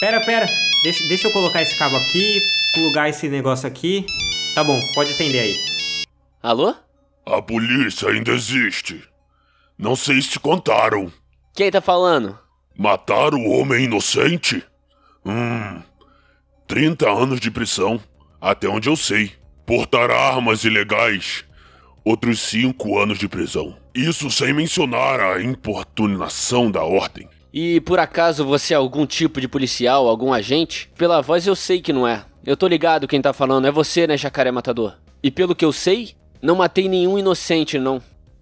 Pera. Deixa eu colocar esse cabo aqui, plugar esse negócio aqui. Tá bom, pode atender aí. Alô? A polícia ainda existe. Não sei se te contaram. Quem tá falando? Mataram o homem inocente? 30 anos de prisão, até onde eu sei. Portar armas ilegais, outros 5 anos de prisão. Isso sem mencionar a importunação da ordem. E por acaso você é algum tipo de policial, algum agente? Pela voz eu sei que não é. Eu tô ligado quem tá falando, é você, né, Jacaré Matador? E pelo que eu sei, não matei nenhum inocente, não.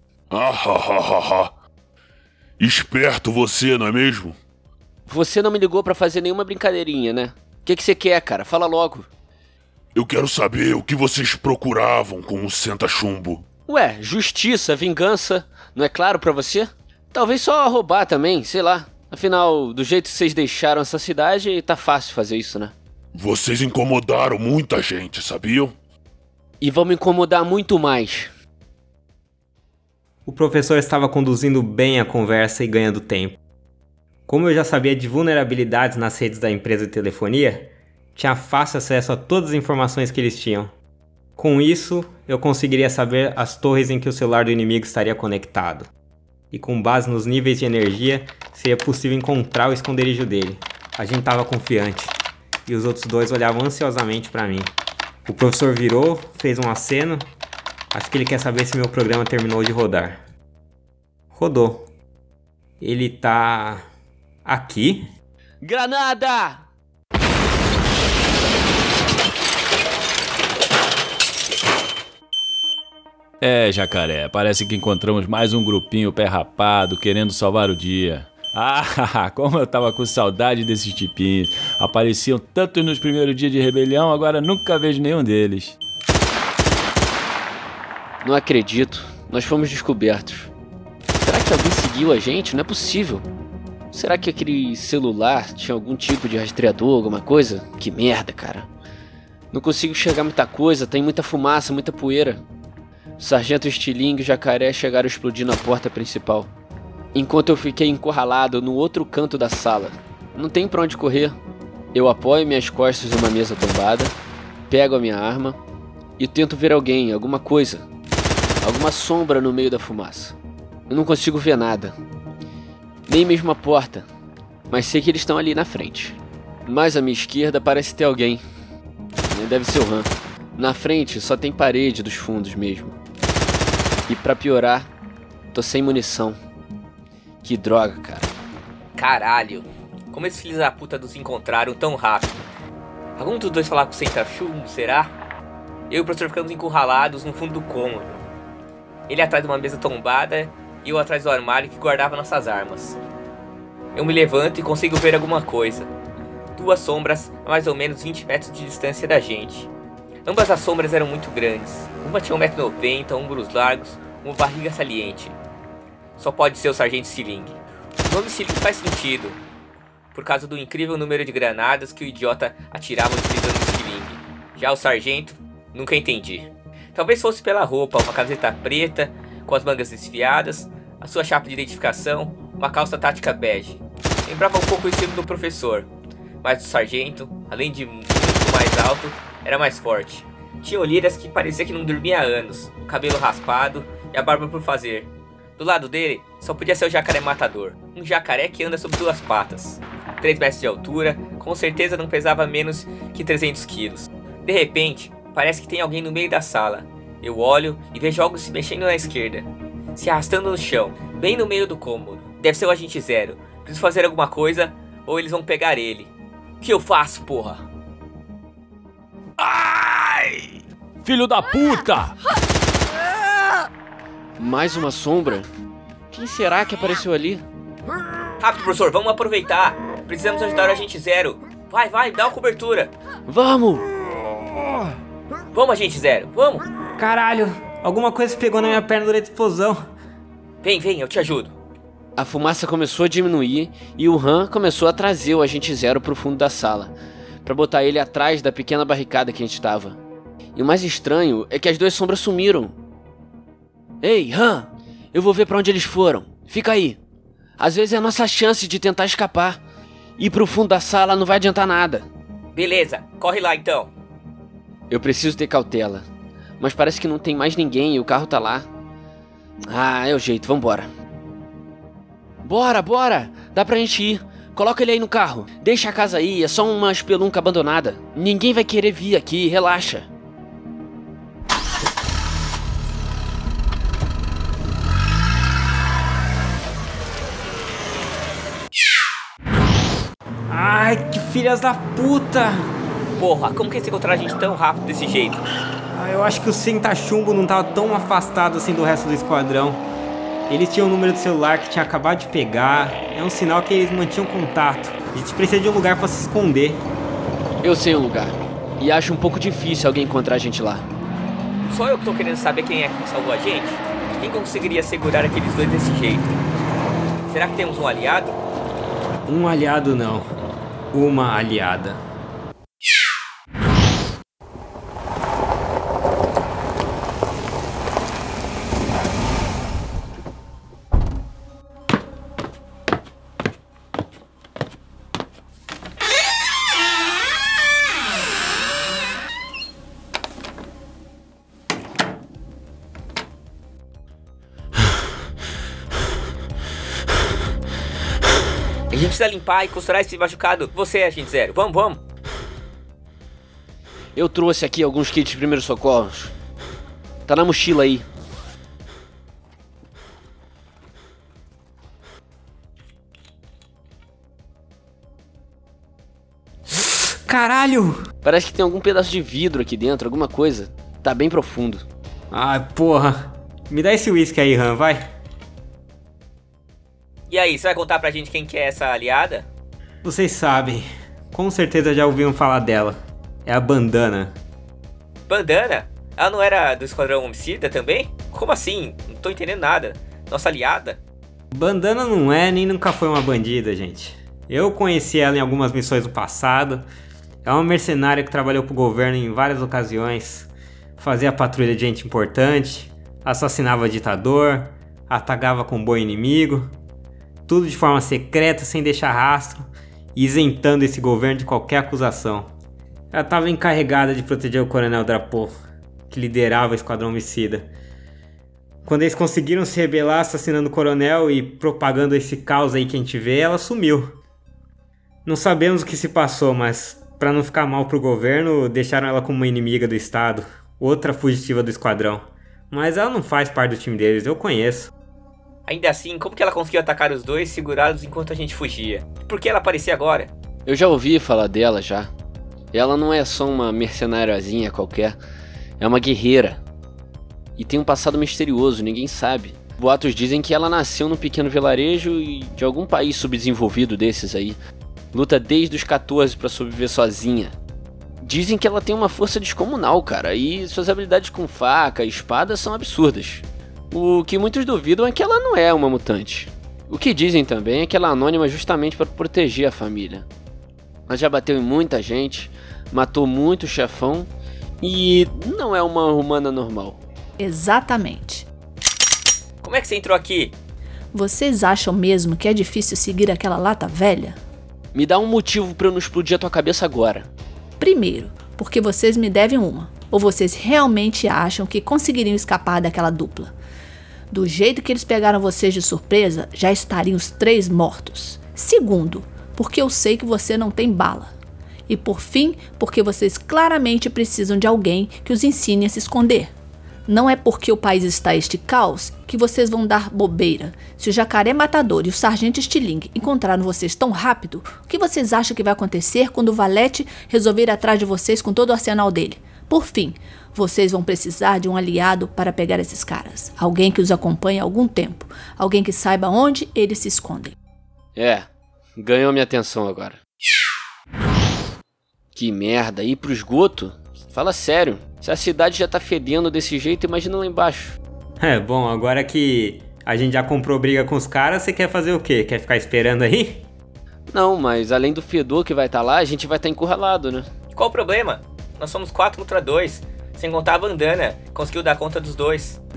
Esperto você, não é mesmo? Você não me ligou pra fazer nenhuma brincadeirinha, né? O que você quer, cara? Fala logo. Eu quero saber o que vocês procuravam com o senta-chumbo. Ué, justiça, vingança, não é claro pra você? Talvez só roubar também, sei lá. Afinal, do jeito que vocês deixaram essa cidade, tá fácil fazer isso, né? Vocês incomodaram muita gente, sabiam? E vão me incomodar muito mais. O professor estava conduzindo bem a conversa e ganhando tempo. Como eu já sabia de vulnerabilidades nas redes da empresa de telefonia, tinha fácil acesso a todas as informações que eles tinham. Com isso, eu conseguiria saber as torres em que o celular do inimigo estaria conectado. E com base nos níveis de energia, seria possível encontrar o esconderijo dele. A gente estava confiante, e os outros dois olhavam ansiosamente para mim. O professor virou, fez um aceno. Acho que ele quer saber se meu programa terminou de rodar. Rodou. Ele tá... aqui? Granada! É, Jacaré, parece que encontramos mais um grupinho pé rapado querendo salvar o dia. Ah, como eu tava com saudade desses tipinhos. Apareciam tanto nos primeiros dias de rebelião, agora nunca vejo nenhum deles. Não acredito, nós fomos descobertos. Será que alguém seguiu a gente? Não é possível. Será que aquele celular tinha algum tipo de rastreador, alguma coisa? Que merda, cara. Não consigo enxergar muita coisa, tem muita fumaça, muita poeira. O Sargento Estilingue e o Jacaré chegaram explodindo a porta principal, enquanto eu fiquei encurralado no outro canto da sala. Não tem pra onde correr. Eu apoio minhas costas numa mesa tombada, pego a minha arma e tento ver alguém, alguma coisa, alguma sombra no meio da fumaça. Eu não consigo ver nada, nem mesmo a porta, mas sei que eles estão ali na frente. Mas à minha esquerda parece ter alguém. Deve ser o Han. Na frente só tem parede dos fundos mesmo. E pra piorar, tô sem munição. Que droga, cara. Caralho, como esses filhos da puta nos encontraram tão rápido? Algum dos dois falar com o senta-chumbo, será? Eu e o professor ficamos encurralados no fundo do cômodo. Ele atrás de uma mesa tombada e eu atrás do armário que guardava nossas armas. Eu me levanto e consigo ver alguma coisa. 2 sombras a mais ou menos 20 metros de distância da gente. Ambas as sombras eram muito grandes. Uma tinha 1,90 m, ombros largos, uma barriga saliente. Só pode ser o Sargento Estilingue. O nome Estilingue faz sentido, por causa do incrível número de granadas que o idiota atirava utilizando o Estilingue. Já o sargento, nunca entendi. Talvez fosse pela roupa, uma camiseta preta, com as mangas desfiadas, a sua chapa de identificação, uma calça tática bege. Lembrava um pouco o estilo do professor, mas o sargento, além de muito mais alto, era mais forte. Tinha olheiras que parecia que não dormia há anos, o cabelo raspado e a barba por fazer. Do lado dele, só podia ser o Jacaré Matador, um jacaré que anda sobre 2 patas. 3 metros de altura, com certeza não pesava menos que 300 quilos. De repente, parece que tem alguém no meio da sala. Eu olho e vejo algo se mexendo na esquerda, se arrastando no chão, bem no meio do cômodo. Deve ser o Agente Zero. Preciso fazer alguma coisa ou eles vão pegar ele. O que eu faço, porra? Ai! Filho da puta! Mais uma sombra? Quem será que apareceu ali? Rápido, professor, vamos aproveitar. Precisamos ajudar o Agente Zero. Vai, dá uma cobertura. Vamos! Vamos, Agente Zero, vamos. Caralho, alguma coisa pegou na minha perna durante a explosão. Vem, eu te ajudo. A fumaça começou a diminuir e o Han começou a trazer o Agente Zero pro fundo da sala, pra botar ele atrás da pequena barricada que a gente tava. E o mais estranho é que as 2 sombras sumiram. Ei, Han, eu vou ver pra onde eles foram. Fica aí. Às vezes é a nossa chance de tentar escapar. Ir pro fundo da sala não vai adiantar nada. Beleza, corre lá então. Eu preciso ter cautela. Mas parece que não tem mais ninguém e o carro tá lá. Ah, é o jeito, vambora. Bora! Dá pra gente ir. Coloca ele aí no carro. Deixa a casa aí, é só uma espelunca abandonada. Ninguém vai querer vir aqui, relaxa. Ai, que filhas da puta! Porra, como que eles encontraram a gente tão rápido desse jeito? Eu acho que o Senta-Chumbo não tava tão afastado assim do resto do esquadrão. Eles tinham o número de celular que tinha acabado de pegar. É um sinal que eles mantinham contato. A gente precisa de um lugar pra se esconder. Eu sei um lugar. E acho um pouco difícil alguém encontrar a gente lá. Só eu que tô querendo saber quem é que salvou a gente? Quem conseguiria segurar aqueles dois desse jeito? Será que temos um aliado? Um aliado não. Uma aliada. A gente precisa limpar e costurar esse machucado. Você, Agente Zero. Vamos. Eu trouxe aqui alguns kits de primeiros socorros. Tá na mochila aí. Caralho! Parece que tem algum pedaço de vidro aqui dentro, alguma coisa. Tá bem profundo. Ai, porra. Me dá esse uísque aí, Han, vai. E aí, você vai contar pra gente quem que é essa aliada? Vocês sabem. Com certeza já ouviram falar dela. É a Bandana. Bandana? Ela não era do Esquadrão Homicida também? Como assim? Não tô entendendo nada. Nossa aliada? Bandana não é nem nunca foi uma bandida, gente. Eu conheci ela em algumas missões no passado. É uma mercenária que trabalhou pro governo em várias ocasiões. Fazia patrulha de gente importante, assassinava ditador, atacava comboio inimigo. Tudo de forma secreta, sem deixar rastro, e isentando esse governo de qualquer acusação. Ela estava encarregada de proteger o Coronel Drapeau, que liderava o Esquadrão Homicida. Quando eles conseguiram se rebelar assassinando o Coronel e propagando esse caos aí que a gente vê, ela sumiu. Não sabemos o que se passou, mas para não ficar mal pro governo, deixaram ela como uma inimiga do Estado, outra fugitiva do Esquadrão. Mas ela não faz parte do time deles, eu conheço. Ainda assim, como que ela conseguiu atacar os dois segurados enquanto a gente fugia? E por que ela aparecia agora? Eu já ouvi falar dela já. Ela não é só uma mercenáriozinha qualquer. É uma guerreira. E tem um passado misterioso, ninguém sabe. Boatos dizem que ela nasceu num pequeno vilarejo e de algum país subdesenvolvido desses aí. Luta desde os 14 pra sobreviver sozinha. Dizem que ela tem uma força descomunal, cara. E suas habilidades com faca e espada são absurdas. O que muitos duvidam é que ela não é uma mutante. O que dizem também é que ela é anônima justamente para proteger a família. Ela já bateu em muita gente, matou muito chefão e não é uma humana normal. Exatamente. Como é que você entrou aqui? Vocês acham mesmo que é difícil seguir aquela lata velha? Me dá um motivo para eu não explodir a tua cabeça agora. Primeiro, porque vocês me devem uma. Ou vocês realmente acham que conseguiriam escapar daquela dupla? Do jeito que eles pegaram vocês de surpresa, já estariam os 3 mortos. Segundo, porque eu sei que você não tem bala. E por fim, porque vocês claramente precisam de alguém que os ensine a se esconder. Não é porque o país está este caos que vocês vão dar bobeira. Se o Jacaré Matador e o Sargento Stiling encontraram vocês tão rápido, o que vocês acham que vai acontecer quando o Valete resolver ir atrás de vocês com todo o arsenal dele? Por fim, vocês vão precisar de um aliado para pegar esses caras. Alguém que os acompanhe há algum tempo. Alguém que saiba onde eles se escondem. Ganhou minha atenção agora. Que merda, ir pro esgoto? Fala sério, se a cidade já tá fedendo desse jeito, imagina lá embaixo. Bom, agora que a gente já comprou briga com os caras, você quer fazer o quê? Quer ficar esperando aí? Não, mas além do fedor que vai estar lá, a gente vai estar encurralado, né? Qual o problema? Nós somos 4 contra 2. Sem contar a Bandana, conseguiu dar conta dos dois.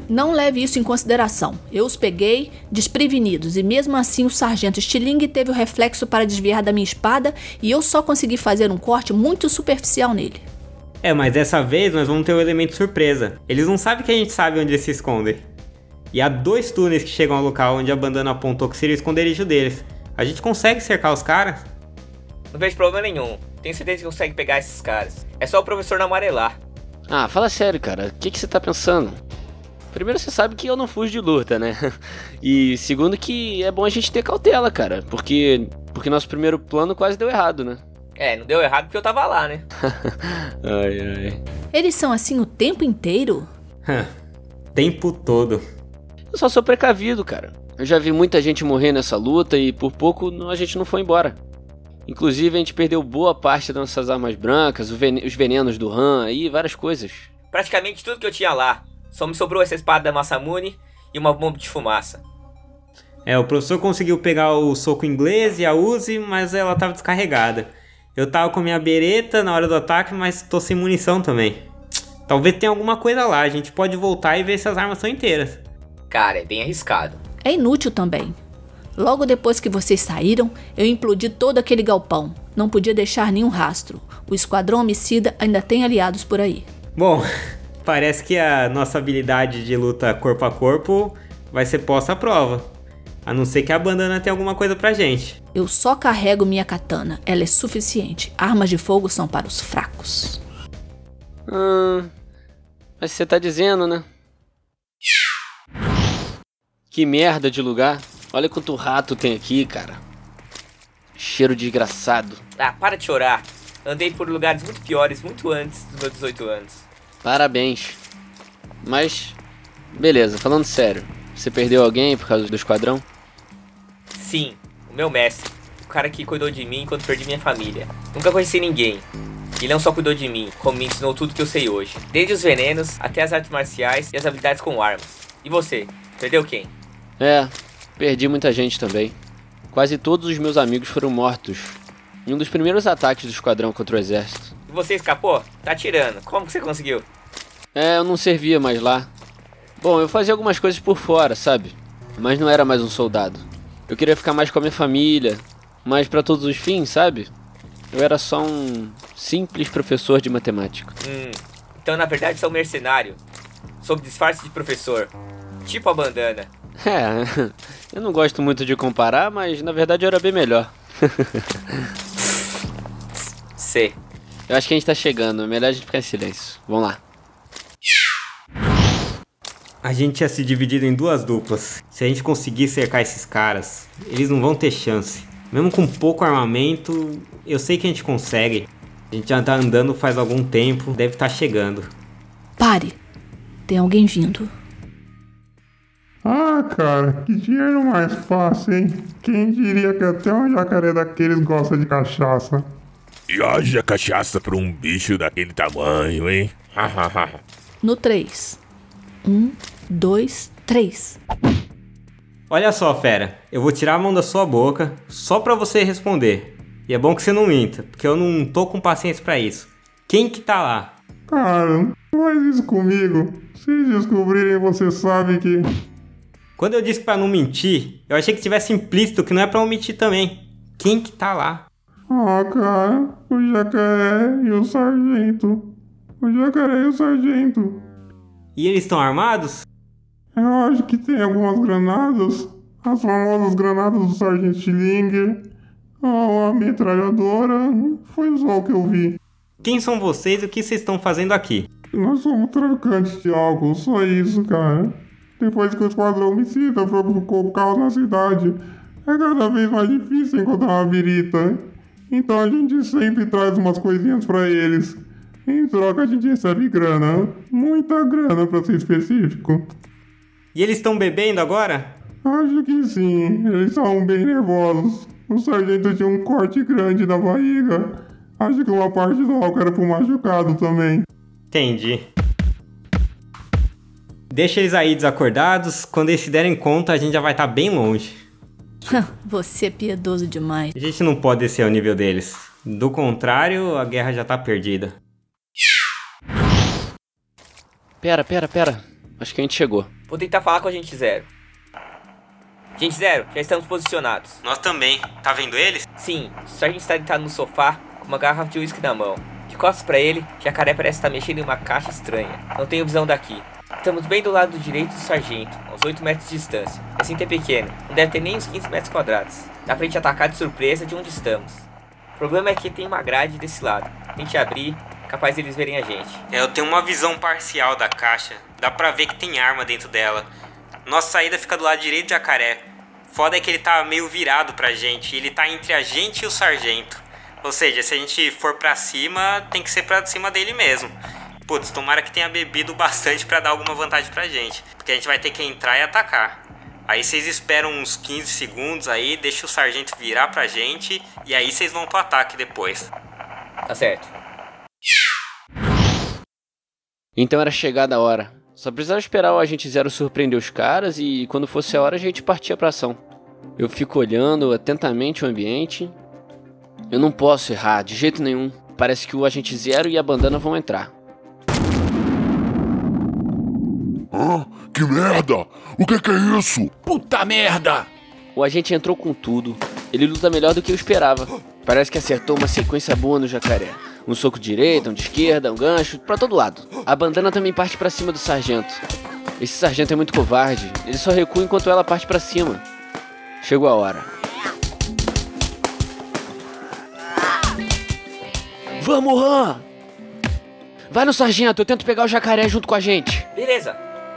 Não leve isso em consideração. Eu os peguei desprevenidos e mesmo assim o sargento Stiling teve o reflexo para desviar da minha espada e eu só consegui fazer um corte muito superficial nele. Mas dessa vez nós vamos ter um elemento surpresa. Eles não sabem que a gente sabe onde eles se escondem. E há 2 túneis que chegam ao local onde a bandana apontou que seria o esconderijo deles. A gente consegue cercar os caras? Não vejo problema nenhum. Tenho certeza que consegue pegar esses caras. É só o professor não amarelar. Ah, fala sério, cara. O que você tá pensando? Primeiro, você sabe que eu não fujo de luta, né? E segundo que é bom a gente ter cautela, cara. Porque nosso primeiro plano quase deu errado, né? Não deu errado porque eu tava lá, né? Ai. Eles são assim o tempo inteiro? Tempo todo. Eu só sou precavido, cara. Eu já vi muita gente morrer nessa luta e por pouco a gente não foi embora. Inclusive, a gente perdeu boa parte das nossas armas brancas, os venenos do Han e várias coisas. Praticamente tudo que eu tinha lá. Só me sobrou essa espada da Masamune e uma bomba de fumaça. O professor conseguiu pegar o soco inglês e a Uzi, mas ela tava descarregada. Eu tava com minha bereta na hora do ataque, mas tô sem munição também. Talvez tenha alguma coisa lá, a gente pode voltar e ver se as armas são inteiras. Cara, é bem arriscado. É inútil também. Logo depois que vocês saíram, eu implodi todo aquele galpão. Não podia deixar nenhum rastro. O esquadrão homicida ainda tem aliados por aí. Bom, parece que a nossa habilidade de luta corpo a corpo vai ser posta à prova. A não ser que a bandana tenha alguma coisa pra gente. Eu só carrego minha katana. Ela é suficiente. Armas de fogo são para os fracos. Mas você tá dizendo, né? Que merda de lugar. Olha quanto rato tem aqui, cara. Cheiro desgraçado. Para de chorar. Andei por lugares muito piores muito antes dos meus 18 anos. Parabéns. Mas, beleza, falando sério. Você perdeu alguém por causa do esquadrão? Sim, o meu mestre. O cara que cuidou de mim quando perdi minha família. Nunca conheci ninguém. Ele não só cuidou de mim, como me ensinou tudo que eu sei hoje. Desde os venenos, até as artes marciais e as habilidades com armas. E você? Perdeu quem? Perdi muita gente também. Quase todos os meus amigos foram mortos em um dos primeiros ataques do esquadrão contra o exército. E você escapou? Tá tirando. Como que você conseguiu? Eu não servia mais lá. Bom, eu fazia algumas coisas por fora, sabe? Mas não era mais um soldado. Eu queria ficar mais com a minha família, mas pra todos os fins, sabe? Eu era só um simples professor de matemática. Então na verdade sou um mercenário, sob disfarce de professor. Tipo a bandana. Eu não gosto muito de comparar, mas na verdade eu era bem melhor. C. Eu acho que a gente tá chegando, é melhor a gente ficar em silêncio. Vamos lá. A gente tinha se dividido em 2 duplas. Se a gente conseguir cercar esses caras, eles não vão ter chance. Mesmo com pouco armamento, eu sei que a gente consegue. A gente já tá andando faz algum tempo, deve estar chegando. Pare! Tem alguém vindo. Cara, que dinheiro mais fácil, hein? Quem diria que até um jacaré daqueles gosta de cachaça? E haja cachaça pra um bicho daquele tamanho, hein? No 3. 1, 2, 3. Olha só, fera. Eu vou tirar a mão da sua boca só pra você responder. E é bom que você não minta, porque eu não tô com paciência pra isso. Quem que tá lá? Cara, não faz isso comigo. Se descobrirem, você sabe que... Quando eu disse pra não mentir, eu achei que tivesse implícito que não é pra omitir também. Quem que tá lá? Cara, o jacaré e o sargento. O jacaré e o sargento. E eles estão armados? Eu acho que tem algumas granadas. As famosas granadas do sargento Schillinger. A metralhadora. Foi só o que eu vi. Quem são vocês e o que vocês estão fazendo aqui? Nós somos traficantes de álcool, só isso, cara. Depois que o esquadrão homicida foi pro caos na cidade, é cada vez mais difícil encontrar uma birita. Então a gente sempre traz umas coisinhas pra eles. Em troca a gente recebe grana. Muita grana, pra ser específico. E eles estão bebendo agora? Acho que sim, eles são bem nervosos. O sargento tinha um corte grande na barriga. Acho que uma parte do álcool era pro machucado também. Entendi. Deixa eles aí desacordados. Quando eles se derem conta, a gente já vai estar bem longe. Você é piedoso demais. A gente não pode descer ao nível deles. Do contrário, a guerra já tá perdida. Pera. Acho que a gente chegou. Vou tentar falar com a Agente Zero. Agente Zero, já estamos posicionados. Nós também. Tá vendo eles? Sim, o sargento está deitado no sofá com uma garrafa de uísque na mão. De costas pra ele, Jacaré parece estar mexendo em uma caixa estranha. Não tenho visão daqui. Estamos bem do lado direito do sargento, a uns 8 metros de distância. O recinto é pequeno, não deve ter nem uns 15 metros quadrados. Dá pra gente atacar de surpresa de onde estamos. O problema é que tem uma grade desse lado. Se a gente abrir, capaz deles verem a gente. Eu tenho uma visão parcial da caixa. Dá pra ver que tem arma dentro dela. Nossa saída fica do lado direito do Jacaré. Foda é que ele tá meio virado pra gente. Ele tá entre a gente e o sargento. Ou seja, se a gente for pra cima, tem que ser pra cima dele mesmo. Putz, tomara que tenha bebido bastante pra dar alguma vantagem pra gente. Porque a gente vai ter que entrar e atacar. Aí vocês esperam uns 15 segundos aí, deixa o sargento virar pra gente. E aí vocês vão pro ataque depois. Tá certo. Então era chegada a hora. Só precisava esperar o Agente Zero surpreender os caras e quando fosse a hora a gente partia pra ação. Eu fico olhando atentamente o ambiente. Eu não posso errar, de jeito nenhum. Parece que o Agente Zero e a bandana vão entrar. Hã? Que merda! O que é isso? Puta merda! O agente entrou com tudo. Ele luta melhor do que eu esperava. Parece que acertou uma sequência boa no Jacaré. Um soco de direita, um de esquerda, um gancho, pra todo lado. A bandana também parte pra cima do sargento. Esse sargento é muito covarde. Ele só recua enquanto ela parte pra cima. Chegou a hora. Vamos, Han! Vai no sargento, eu tento pegar o Jacaré junto com a gente. Beleza.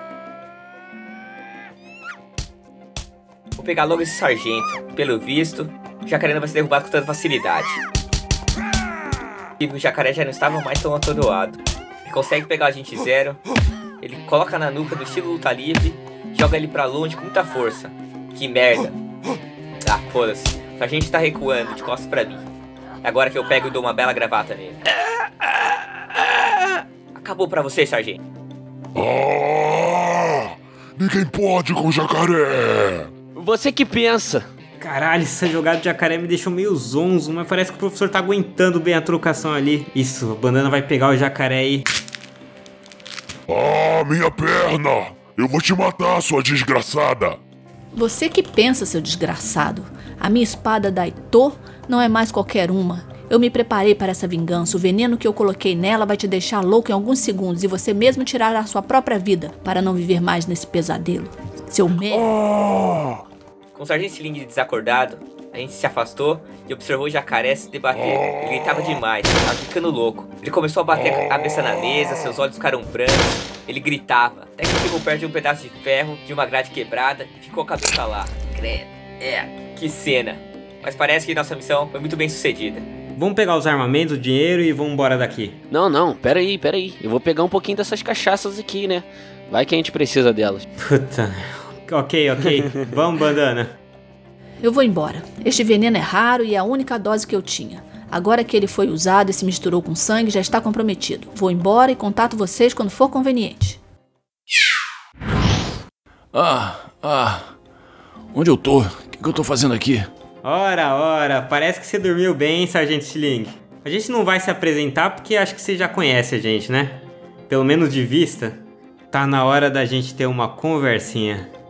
Vou pegar logo esse sargento. Pelo visto, o Jacaré não vai ser derrubado com tanta facilidade. E o Jacaré já não estava mais tão atordoado. Ele consegue pegar o Agente Zero. Ele coloca na nuca do estilo luta livre. Joga ele pra longe com muita força. Que merda. Ah, foda-se. O sargento tá recuando de costas pra mim. É agora que eu pego e dou uma bela gravata nele. Acabou pra você, sargento. Ah! Ninguém pode com o Jacaré! Você que pensa. Caralho, essa jogada de Jacaré me deixou meio zonzo, mas parece que o professor tá aguentando bem a trocação ali. Isso, a bandana vai pegar o Jacaré aí. Ah, minha perna! Eu vou te matar, sua desgraçada! Você que pensa, seu desgraçado. A minha espada da Ito não é mais qualquer uma. Eu me preparei para essa vingança. O veneno que eu coloquei nela vai te deixar louco em alguns segundos e você mesmo tirará a sua própria vida para não viver mais nesse pesadelo. Seu merda. Com o sargento Sling desacordado, a gente se afastou e observou o Jacaré se debater. Ele gritava demais, estava ficando louco. Ele começou a bater a cabeça na mesa, seus olhos ficaram brancos. Ele gritava, até que chegou perto de um pedaço de ferro, de uma grade quebrada e ficou a cabeça lá. Credo, que cena. Mas parece que nossa missão foi muito bem sucedida. Vamos pegar os armamentos, o dinheiro e vamos embora daqui. Não, peraí. Eu vou pegar um pouquinho dessas cachaças aqui, né? Vai que a gente precisa delas. Puta. Ok. Vamos, bandana. Eu vou embora. Este veneno é raro e é a única dose que eu tinha. Agora que ele foi usado e se misturou com sangue, já está comprometido. Vou embora e contato vocês quando for conveniente. Onde eu tô? O que eu tô fazendo aqui? Ora, parece que você dormiu bem, Sargento Sling. A gente não vai se apresentar porque acho que você já conhece a gente, né? Pelo menos de vista. Tá na hora da gente ter uma conversinha.